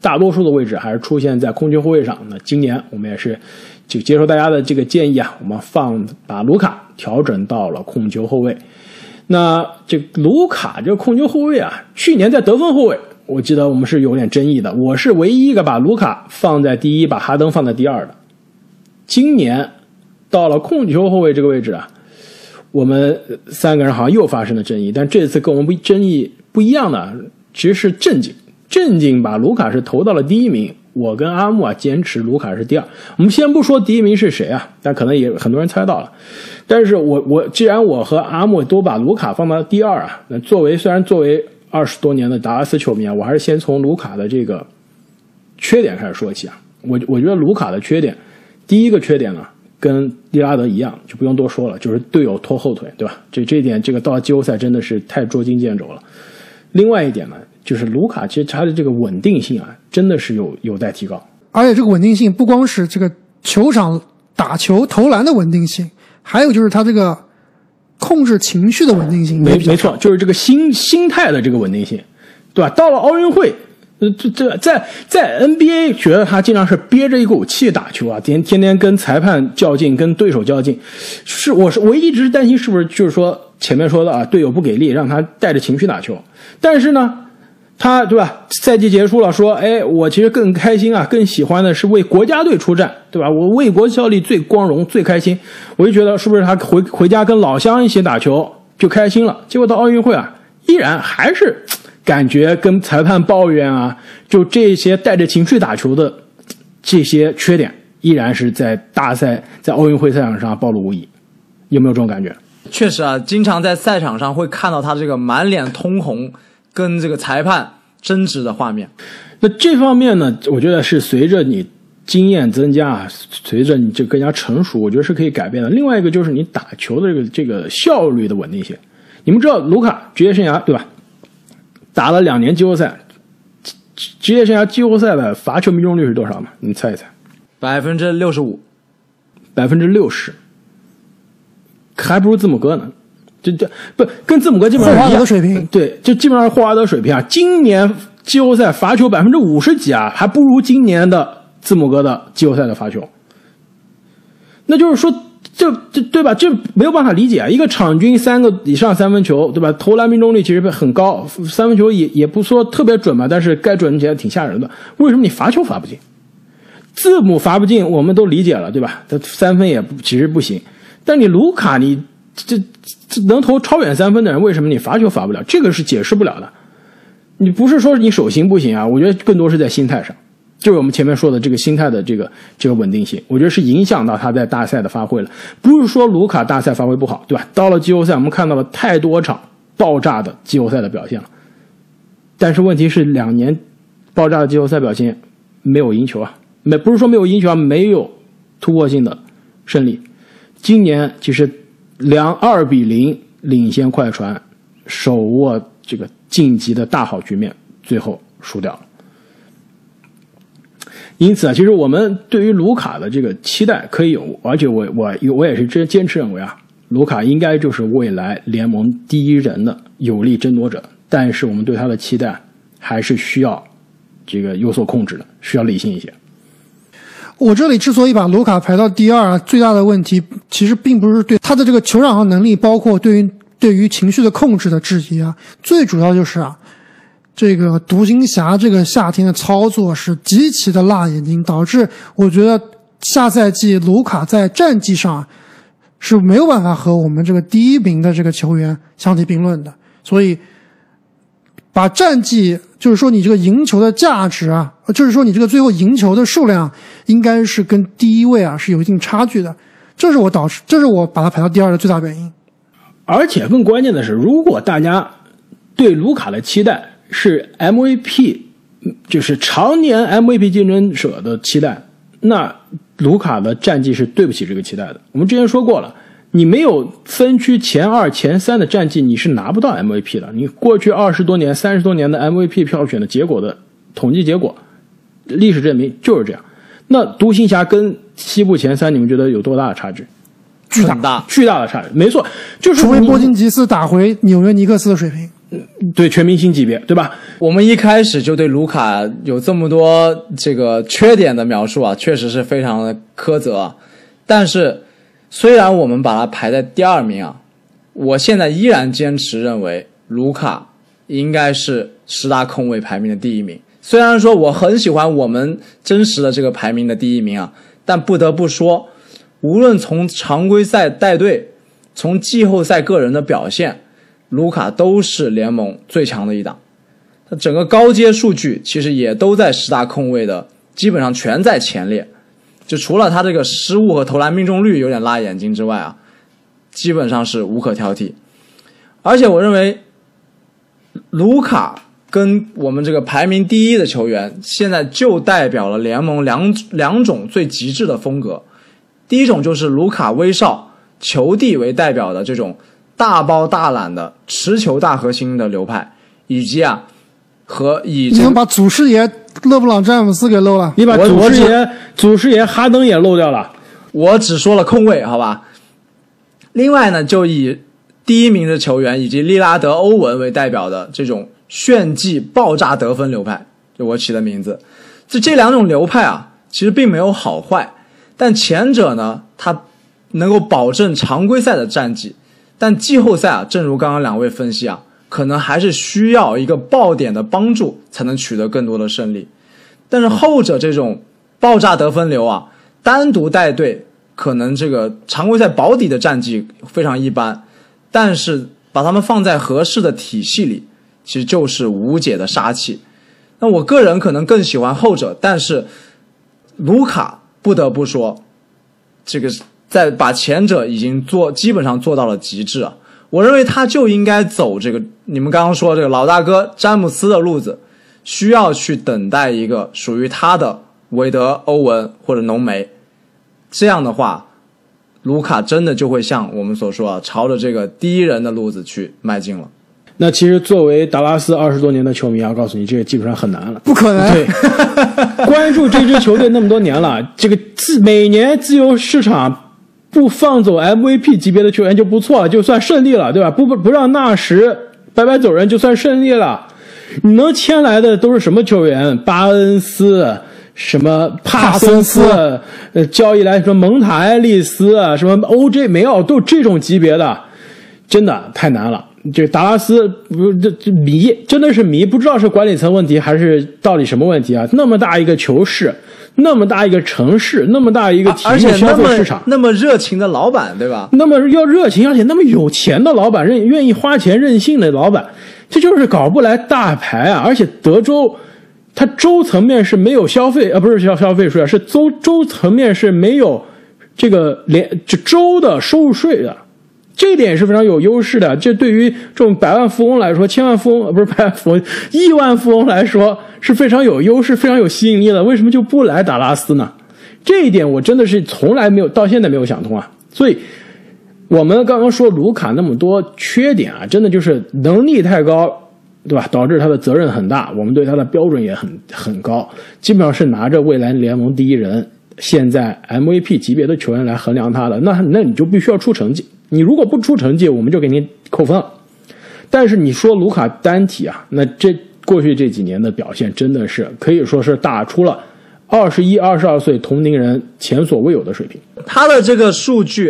A: 大多数的位置还是出现在控球后卫上。那今年我们也是就接受大家的这个建议啊，我们把卢卡调整到了控球后卫。那这卢卡这个控球后卫啊，去年在得分后卫我记得我们是有点争议的，我是唯一一个把卢卡放在第一，把哈登放在第二的。今年到了控球后卫这个位置啊，我们三个人好像又发生了争议，但这次跟我们争议不一样的其实是正经把卢卡是投到了第一名，我跟阿木啊坚持卢卡是第二。我们先不说第一名是谁啊，但可能也很多人猜到了。但是既然我和阿木都把卢卡放到第二啊，那虽然作为20多年的达拉斯球迷啊，我还是先从卢卡的这个缺点开始说起啊。我觉得卢卡的缺点，第一个缺点呢，跟利拉德一样，就不用多说了，就是队友拖后腿，对吧？这一点，这个到季后赛真的是太捉襟见肘了。另外一点呢，就是卢卡其实他的这个稳定性啊，真的是有待提高。
B: 而且这个稳定性不光是这个球场打球投篮的稳定性，还有就是他这个控制情绪的稳定性。
A: 没错，就是这个心态的这个稳定性，对吧？到了奥运会，在 NBA 觉得他经常是憋着一口气打球啊，天天跟裁判较劲，跟对手较劲。我一直担心是不是就是说前面说的啊，队友不给力，让他带着情绪打球。但是呢，他对吧？赛季结束了，说，我其实更开心啊，更喜欢的是为国家队出战，对吧？我为国效力最光荣、最开心。我就觉得是不是他回家跟老乡一起打球就开心了？结果到奥运会啊，依然还是感觉跟裁判抱怨啊，就这些带着情绪打球的这些缺点，依然是在大赛、在奥运会赛场上暴露无遗。有没有这种感觉？
C: 确实啊，经常在赛场上会看到他这个满脸通红跟这个裁判争执的画面。
A: 那这方面呢，我觉得是随着你经验增加，随着你这更加成熟，我觉得是可以改变的。另外一个就是你打球的这个效率的稳定性。你们知道卢卡职业生涯对吧？打了2年季后赛，职业生涯季后赛的罚球命中率是多少呢？你猜一猜。
C: 65%。
A: 60%，还不如字母哥呢。不跟字母哥基本上
B: 霍华德水平，
A: 对，就基本上是霍华德水平啊。今年季后赛罚球50%几啊，还不如今年的字母哥的季后赛的罚球。那就是说，这对吧？这没有办法理解啊！一个场均3个以上三分球，对吧？投篮命中率其实很高，三分球也不说特别准吧，但是该准起来挺吓人的。为什么你罚球罚不进？字母罚不进，我们都理解了，对吧？他3分其实不行，但你卢卡你这能投超远3分的人，为什么你罚球罚不了？这个是解释不了的。你不是说你手型不行啊，我觉得更多是在心态上。就是我们前面说的这个心态的这个稳定性，我觉得是影响到他在大赛的发挥了。不是说卢卡大赛发挥不好，对吧？到了季后赛，我们看到了太多场爆炸的季后赛的表现了。但是问题是2年爆炸的季后赛表现没有赢球啊，不是说没有赢球啊，没有突破性的胜利。今年其实2-0领先快船，手握这个晋级的大好局面，最后输掉了。因此啊，其实我们对于卢卡的这个期待可以有，而且我也是坚持认为啊，卢卡应该就是未来联盟第一人的有力争夺者。但是我们对他的期待还是需要这个有所控制的，需要理性一些。
B: 我这里之所以把卢卡排到第二，最大的问题其实并不是对他的这个球场上能力，包括对于情绪的控制的质疑啊，最主要就是啊，这个独行侠这个夏天的操作是极其的辣眼睛，导致我觉得下赛季卢卡在战绩上是没有办法和我们这个第一名的这个球员相提并论的。所以把战绩，就是说你这个赢球的价值啊，就是说你这个最后赢球的数量应该是跟第一位啊是有一定差距的，这是我把它排到第二的最大原因。
A: 而且更关键的是，如果大家对卢卡的期待是 MVP， 就是常年 MVP 竞争者的期待，那卢卡的战绩是对不起这个期待的。我们之前说过了，你没有分区前2、前3的战绩，你是拿不到 MVP 的。你过去20多年、30多年的 MVP 票选的结果的统计结果，历史证明就是这样。那独行侠跟西部前3，你们觉得有多大的差距？
B: 巨大
A: 的差距，没错，就是
B: 除非波金吉斯打回纽约尼克斯的水平。
A: 对全明星级别，对吧？
C: 我们一开始就对卢卡有这么多这个缺点的描述啊，确实是非常的苛责。但是虽然我们把他排在第2名啊，我现在依然坚持认为卢卡应该是10大控卫排名的第1名。虽然说我很喜欢我们真实的这个排名的第1名啊，但不得不说，无论从常规赛带队，从季后赛个人的表现，卢卡都是联盟最强的一档。他整个高阶数据其实也都在10大控卫的基本上全在前列，就除了他这个失误和投篮命中率有点辣眼睛之外啊，基本上是无可挑剔。而且我认为卢卡跟我们这个排名第1的球员现在就代表了联盟两种最极致的风格。第一种就是卢卡威少球帝为代表的这种大包大揽的持球大核心的流派，以及
B: 你能把祖师爷勒布朗詹姆斯给漏了，
A: 你把祖师爷哈登也漏掉了。
C: 我只说了控卫，好吧。另外呢，就以第1名的球员以及利拉德、欧文为代表的这种炫技爆炸得分流派，就我起的名字。这2种流派啊，其实并没有好坏，但前者呢，它能够保证常规赛的战绩，但季后赛啊，正如刚刚2位分析啊，可能还是需要一个爆点的帮助才能取得更多的胜利。但是后者这种爆炸得分流啊，单独带队可能这个常规赛保底的战绩非常一般，但是把他们放在合适的体系里，其实就是无解的杀器。那我个人可能更喜欢后者，但是卢卡不得不说，这个在把前者已经基本上做到了极致啊。我认为他就应该走这个你们刚刚说这个老大哥詹姆斯的路子，需要去等待一个属于他的韦德、欧文或者浓眉。这样的话，卢卡真的就会像我们所说啊，朝着这个第1人的路子去迈进了。
A: 那其实作为达拉斯20多年的球迷啊，告诉你这个基本上很难了，
B: 不可能。
A: 对，关注这支球队那么多年了，这个每年自由市场不放走 MVP 级别的球员就不错了，就算胜利了，对吧？不让纳什白白走人就算胜利了。你能签来的都是什么球员？巴恩斯、什么帕森斯，交易来什么蒙塔埃利斯、什么 OJ 梅奥，都这种级别的，真的太难了。这达拉斯这迷真的是迷，不知道是管理层问题还是到底什么问题啊？那么大一个球市，那么大一个城市，那么大一个体育消费市场，
C: 那么热情的老板，对吧？
A: 那么要热情，而且那么有钱的老板，愿意花钱任性的老板，这就是搞不来大牌啊！而且德州，它州层面是没有消费，不是消费税啊，是州层面是没有这个州的收入税的。这一点也是非常有优势的，这对于这种百万富翁来说，千万富翁不是百万富翁，亿万富翁来说是非常有优势、非常有吸引力的。为什么就不来达拉斯呢？这一点我真的是从来没有到现在没有想通啊。所以我们刚刚说卢卡那么多缺点啊，真的就是能力太高，对吧？导致他的责任很大，我们对他的标准也很高，基本上是拿着未来联盟第1人，现在 MVP 级别的球员来衡量他的，那你就必须要出成绩。你如果不出成绩，我们就给你扣分了。但是你说卢卡单体啊，那这过去这几年的表现真的是可以说是打出了21、22岁同龄人前所未有的水平。
C: 他的这个数据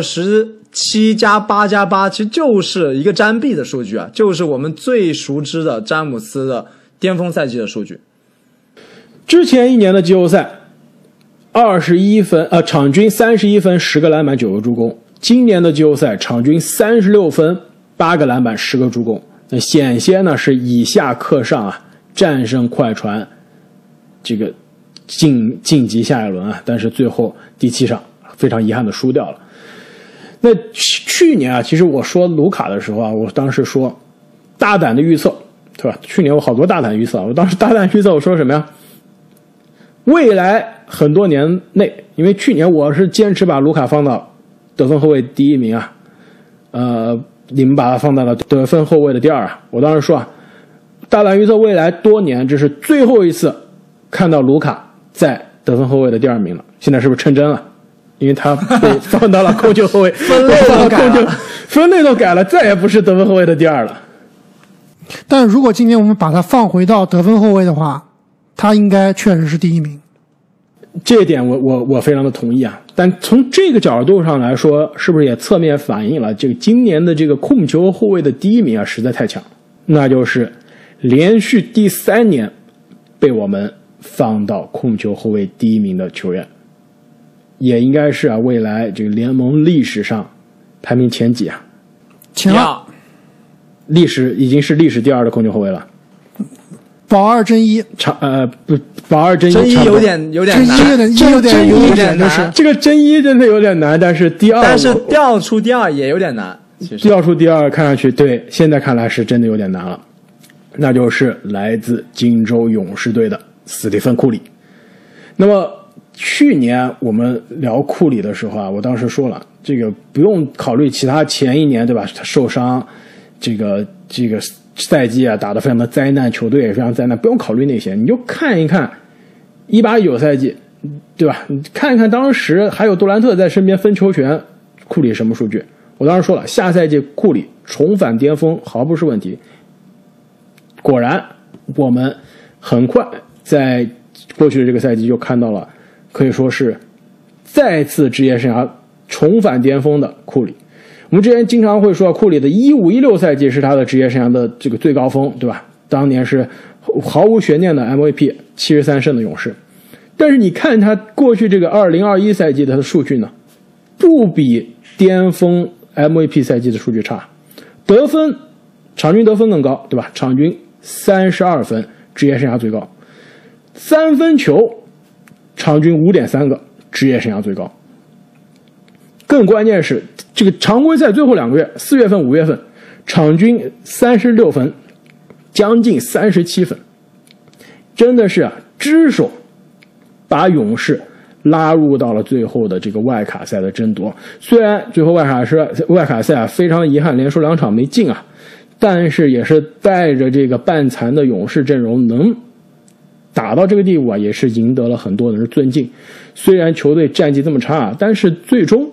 C: 27+8+8，其实就是一个詹币的数据啊，就是我们最熟知的詹姆斯的巅峰赛季的数据。
A: 之前1年的季后赛21分，场均31分，10个篮板，9个助攻。今年的季后赛场均36分，8个篮板，10个助攻。那险些呢是以下克上啊，战胜快船，这个晋级下一轮啊，但是最后第7场非常遗憾的输掉了。那去年啊，其实我说卢卡的时候啊，我当时说大胆的预测，对吧？去年我好多大胆预测，我当时大胆预测我说什么呀？未来很多年内，因为去年我是坚持把卢卡放到得分后卫第1名啊，你们把他放到了得分后卫的第2啊。我当时说啊，大胆预测未来多年这是最后一次看到卢卡在得分后卫的第2名了。现在是不是成真了？因为他被放到了控球后卫，
C: 分类都改了，
A: 分类都改了，再也不是得分后卫的第2了。
B: 但如果今天我们把它放回到得分后卫的话，他应该确实是第一名。
A: 这一点我非常的同意啊。但从这个角度上来说，是不是也侧面反映了这个今年的这个控球后卫的第一名啊实在太强，那就是连续第3年被我们放到控球后卫第一名的球员，也应该是啊未来这个联盟历史上排名前几啊？
B: 前2，
A: 历史已经是历史第2的控球后卫了。
B: 保二真一，
A: 不，保二真一
C: 有点难，
B: 有点
C: 难。
A: 这个真一真的有点难，但是第2，
C: 但是调出第2也有点难。
A: 调出第2看上去对，现在看来是真的有点难了。那就是来自金州勇士队的斯蒂芬·库里。那么去年我们聊库里的时候啊，我当时说了，这个不用考虑其他前一年对吧？他受伤，这个赛季啊打得非常的灾难，球队也非常灾难，不用考虑那些，你就看一看18-19赛季，对吧？你看一看当时还有杜兰特在身边分球权，库里什么数据？我当时说了，下赛季库里重返巅峰毫不是问题。果然，我们很快在过去的这个赛季就看到了，可以说是再次职业生涯重返巅峰的库里。我们之前经常会说，库里的15-16赛季是他的职业生涯的这个最高峰，对吧？当年是毫无悬念的 MVP， 73胜的勇士。但是你看他过去这个2021赛季的数据呢，不比巅峰 MVP 赛季的数据差，得分场均得分更高，对吧？场均32分，职业生涯最高。三分球场均 5.3 个，职业生涯最高。更关键是这个常规赛最后2个月，4月份、5月份，场均36分，将近37分，真的是啊，只手把勇士拉入到了最后的这个外卡赛的争夺。虽然最后外卡赛啊非常的遗憾，连输2场没进啊，但是也是带着这个半残的勇士阵容能打到这个地步啊，也是赢得了很多人的尊敬。虽然球队战绩这么差，但是最终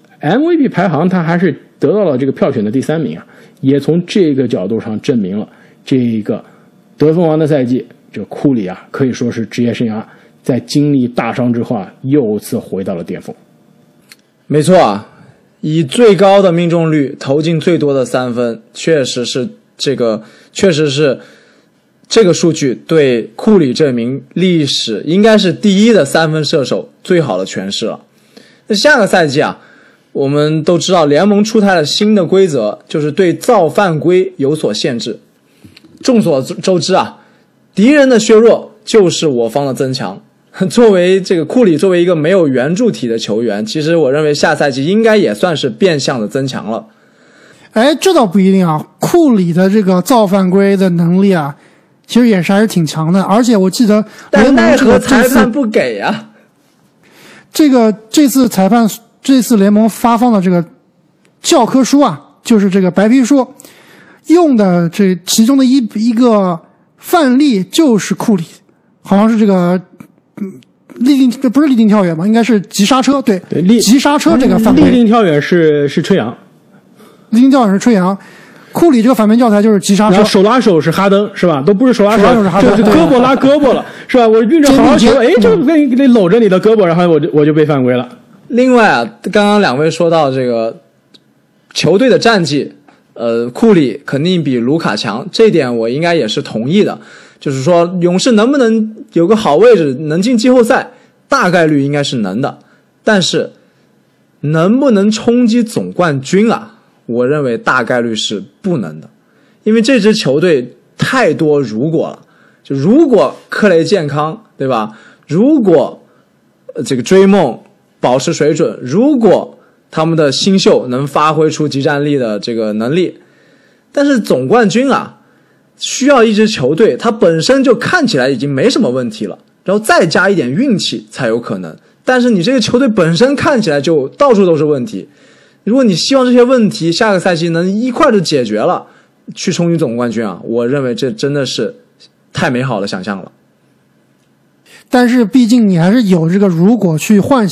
A: MVP 排行他还是得到了这个票选的第3名啊，也从这个角度上证明了这个得分王的赛季，这库里啊可以说是职业生涯在经历大伤之后啊又次回到了巅峰。
C: 没错啊，以最高的命中率投进最多的3分，确实是这个数据对库里这名历史应该是第1的3分射手最好的诠释了。那下个赛季啊，我们都知道联盟出台了新的规则，就是对造犯规有所限制。众所周知啊，敌人的削弱就是我方的增强。作为这个库里作为一个没有圆柱体的球员，其实我认为下赛季应该也算是变相的增强了。
B: 哎，这倒不一定啊，库里的这个造犯规的能力啊，其实也是还是挺强的。而且我记得
C: 但奈何裁判不给啊。
B: 这次联盟发放的这个教科书啊，就是这个白皮书，用的这其中的一个范例就是库里，好像是这个不是立定跳远吧，应该是急刹车，对急刹车这个犯规。
A: 立定跳远是吹杨，
B: 立定跳远是吹杨。库里这个反面教材就是急刹车，
A: 然后手拉手是哈登，是吧？都不是手拉手
B: 是哈登，
A: 就胳膊拉胳膊了，是吧？我运着好好球，哎，就给你搂着你的胳膊，然后我就被犯规了。
C: 另外啊，刚刚2位说到这个球队的战绩，库里肯定比卢卡强，这一点我应该也是同意的。就是说，勇士能不能有个好位置，能进季后赛，大概率应该是能的。但是，能不能冲击总冠军啊？我认为大概率是不能的，因为这支球队太多如果了。就如果克雷健康，对吧？如果这个追梦保持水准，如果他们的新秀能发挥出即战力的这个能力，但是总冠军啊，需要一支球队它本身就看起来已经没什么问题了，然后再加一点运气才有可能。但是你这个球队本身看起来就到处都是问题，如果你希望这些问题下个赛季能一块就解决了，去冲击总冠军啊，我认为这真的是太美好的想象了。
B: 但是毕竟你还是有这个如果去幻想啊，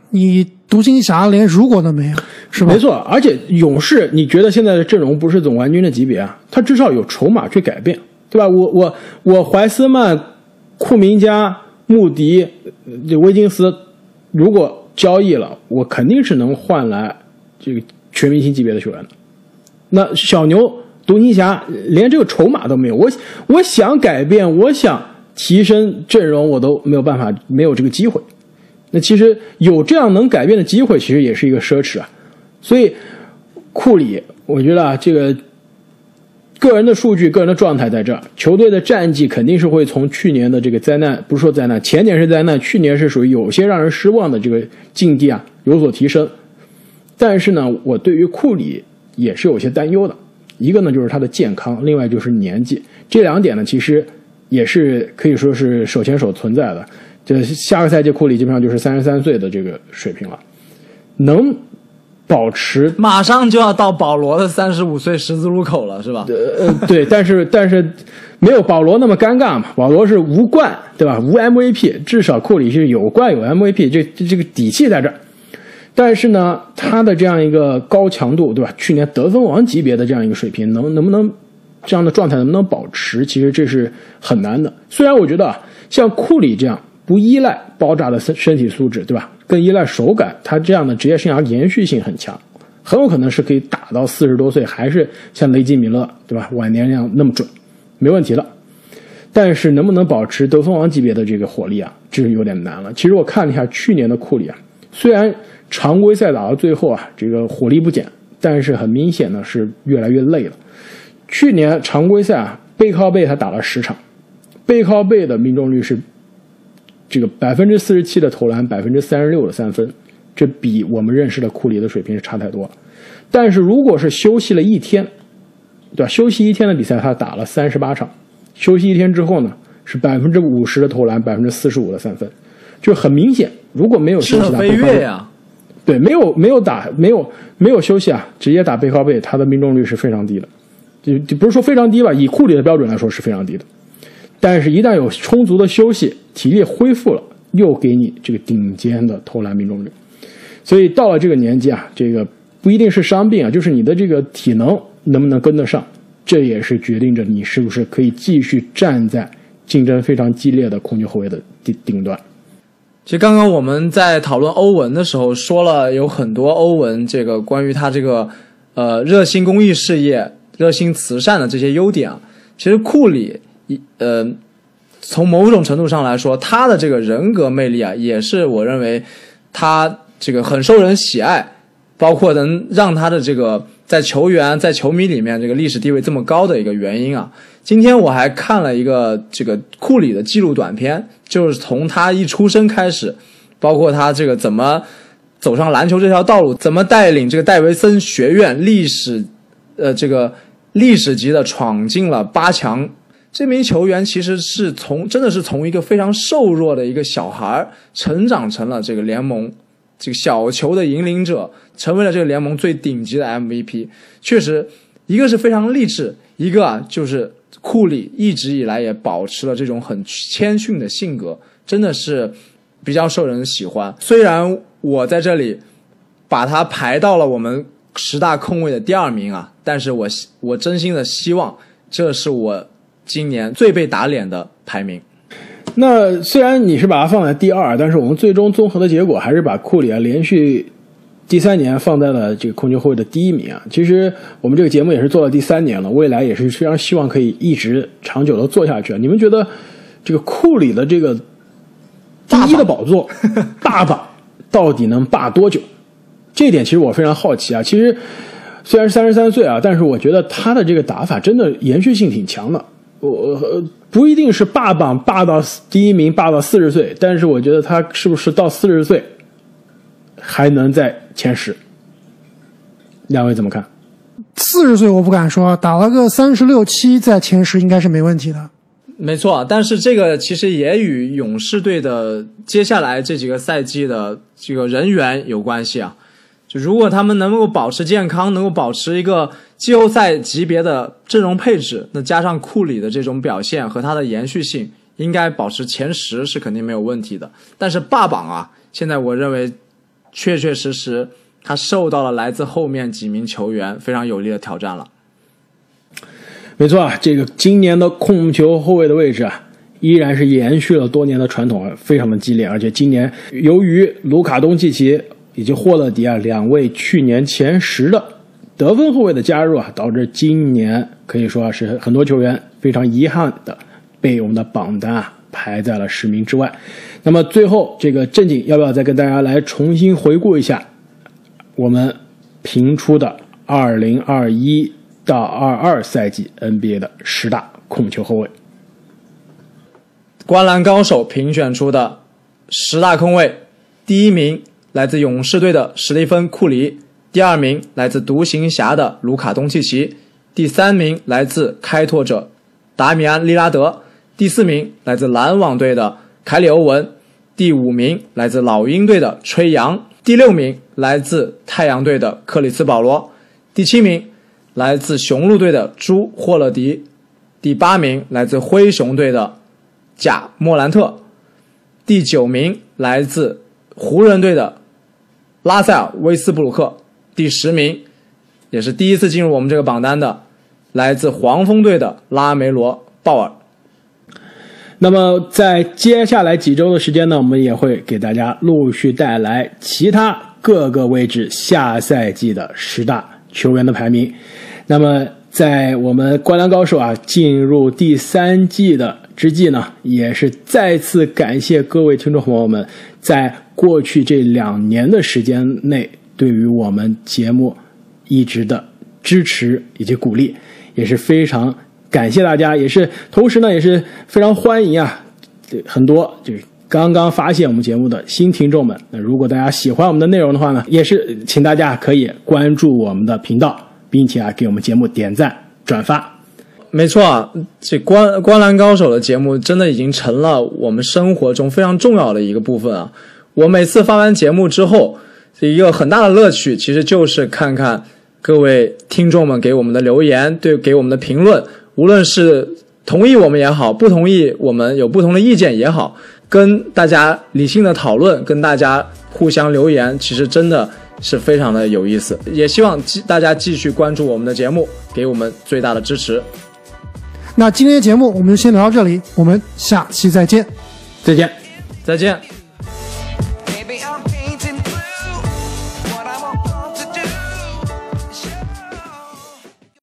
B: 你独行侠连如果都没有，是吧？
A: 没错，而且勇士，你觉得现在的阵容不是总冠军的级别啊？他至少有筹码去改变，对吧？我怀斯曼、库明加、穆迪、威金斯，如果交易了，我肯定是能换来这个全明星级别的球员的。那小牛、独行侠连这个筹码都没有，我想改变，我想提升阵容，我都没有办法，没有这个机会。那其实有这样能改变的机会，其实也是一个奢侈啊。所以库里，我觉得啊，这个个人的数据、个人的状态在这儿，球队的战绩肯定是会从去年的这个灾难，不是说灾难，前年是灾难，去年是属于有些让人失望的这个境地啊，有所提升。但是呢，我对于库里也是有些担忧的。一个呢就是他的健康，另外就是年纪，这两点呢其实也是可以说是手牵手存在的。这下个赛季库里基本上就是33岁的这个水平了，能保持
C: 马上就要到保罗的35岁十字路口了，是吧？
A: 对，但是没有保罗那么尴尬嘛。保罗是无冠，对吧？无 MVP， 至少库里是有冠有 MVP， 这个底气在这儿。但是呢，他的这样一个高强度，对吧？去年得分王级别的这样一个水平，能不能这样的状态能不能保持？其实这是很难的。虽然我觉得啊，像库里这样不依赖爆炸的身体素质，对吧？更依赖手感，他这样的职业生涯延续性很强，很有可能是可以打到40多岁，还是像雷吉米勒，对吧？晚年那么准，没问题了。但是能不能保持得分王级别的这个火力啊，这是有点难了。其实我看了一下去年的库里啊，虽然常规赛打到最后啊，这个火力不减，但是很明显的是越来越累了。去年常规赛啊，背靠背他打了10场，背靠背的命中率是这个47%的投篮，36%的三分，这比我们认识的库里的水平是差太多了。但是如果是休息了一天，对吧？休息一天的比赛他打了38场，休息一天之后呢，是50%的投篮，45%的三分，就很明显，如果没有休息打背靠背呀。对，没有休息啊，直接打背靠背，他的命中率是非常低的，就不是说非常低吧，以库里的标准来说是非常低的。但是，一旦有充足的休息，体力恢复了，又给你这个顶尖的投篮命中率。所以到了这个年纪啊，这个不一定是伤病啊，就是你的这个体能能不能跟得上，这也是决定着你是不是可以继续站在竞争非常激烈的控球后卫的顶端。
C: 其实刚刚我们在讨论欧文的时候说了有很多欧文这个关于他这个热心公益事业、热心慈善的这些优点啊。其实库里从某种程度上来说，他的这个人格魅力啊，也是我认为他这个很受人喜爱，包括能让他的这个在球员在球迷里面这个历史地位这么高的一个原因啊。今天我还看了一个这个库里的纪录短片，就是从他一出生开始，包括他这个怎么走上篮球这条道路，怎么带领这个戴维森学院历史级的闯进了8强。这名球员其实是真的是从一个非常瘦弱的一个小孩成长成了这个联盟这个小球的引领者，成为了这个联盟最顶级的 MVP。 确实一个是非常励志，一个啊就是库里一直以来也保持了这种很谦逊的性格，真的是比较受人喜欢。虽然我在这里把他排到了我们10大控卫的第2名啊，但是我真心的希望这是我今年最被打脸的排名。
A: 那虽然你是把它放在第2，但是我们最终综合的结果还是把库里连续第3年放在了这个控球后卫的第1名啊。其实我们这个节目也是做了第3年了，未来也是非常希望可以一直长久的做下去。你们觉得这个库里的这个第1的宝座霸榜到底能霸多久？这一点其实我非常好奇啊。其实虽然是33岁啊，但是我觉得他的这个打法真的延续性挺强的。我不一定是霸榜霸到第1名，霸到40岁，但是我觉得他是不是到40岁还能在前10？两位怎么看
B: ？40岁我不敢说，打了个36、7在前10应该是没问题的。
C: 没错，但是这个其实也与勇士队的接下来这几个赛季的这个人员有关系啊。就如果他们能够保持健康，能够保持一个季后赛级别的阵容配置，那加上库里的这种表现和他的延续性，应该保持前10是肯定没有问题的。但是霸榜啊，现在我认为确确实实他受到了来自后面几名球员非常有力的挑战了。
A: 没错啊，这个今年的控球后卫的位置啊，依然是延续了多年的传统，非常的激烈。而且今年由于卢卡东契奇以及霍勒迪啊两位去年前10的得分后卫的加入啊，导致今年可以说是很多球员非常遗憾的被我们的榜单啊排在了10名之外。那么最后这个正经要不要再跟大家来重新回顾一下我们评出的2021到22赛季 NBA 的10大控球后卫？
C: 观澜高手评选出的10大控卫，第一名来自勇士队的史蒂芬·库里，第二名来自独行侠的卢卡东契奇，第三名来自开拓者达米安·利拉德，第四名来自篮网队的凯里·欧文，第五名来自老鹰队的吹杨，第六名来自太阳队的克里斯·保罗，第七名来自雄鹿队的朱·霍勒迪，第八名来自灰熊队的贾莫兰特，第九名来自湖人队的拉塞尔·威斯布鲁克，第10名也是第一次进入我们这个榜单的来自黄蜂队的拉梅罗·鲍尔。
A: 那么在接下来几周的时间呢，我们也会给大家陆续带来其他各个位置下赛季的10大球员的排名。那么在我们灌篮高手啊进入第3季的之际呢，也是再次感谢各位听众朋友们在过去这2年的时间内对于我们节目一直的支持以及鼓励，也是非常感谢大家，也是同时呢也是非常欢迎啊很多这个刚刚发现我们节目的新听众们。那如果大家喜欢我们的内容的话呢，也是请大家可以关注我们的频道，并且啊给我们节目点赞转发。
C: 没错啊，这观篮高手的节目真的已经成了我们生活中非常重要的一个部分啊。我每次发完节目之后，一个很大的乐趣其实就是看看各位听众们给我们的留言，给我们的评论，无论是同意我们也好，不同意我们有不同的意见也好，跟大家理性的讨论，跟大家互相留言，其实真的是非常的有意思。也希望大家继续关注我们的节目，给我们最大的支持。
B: 那今天的节目我们就先聊到这里，我们下期再见。
A: 再见。
C: 再见。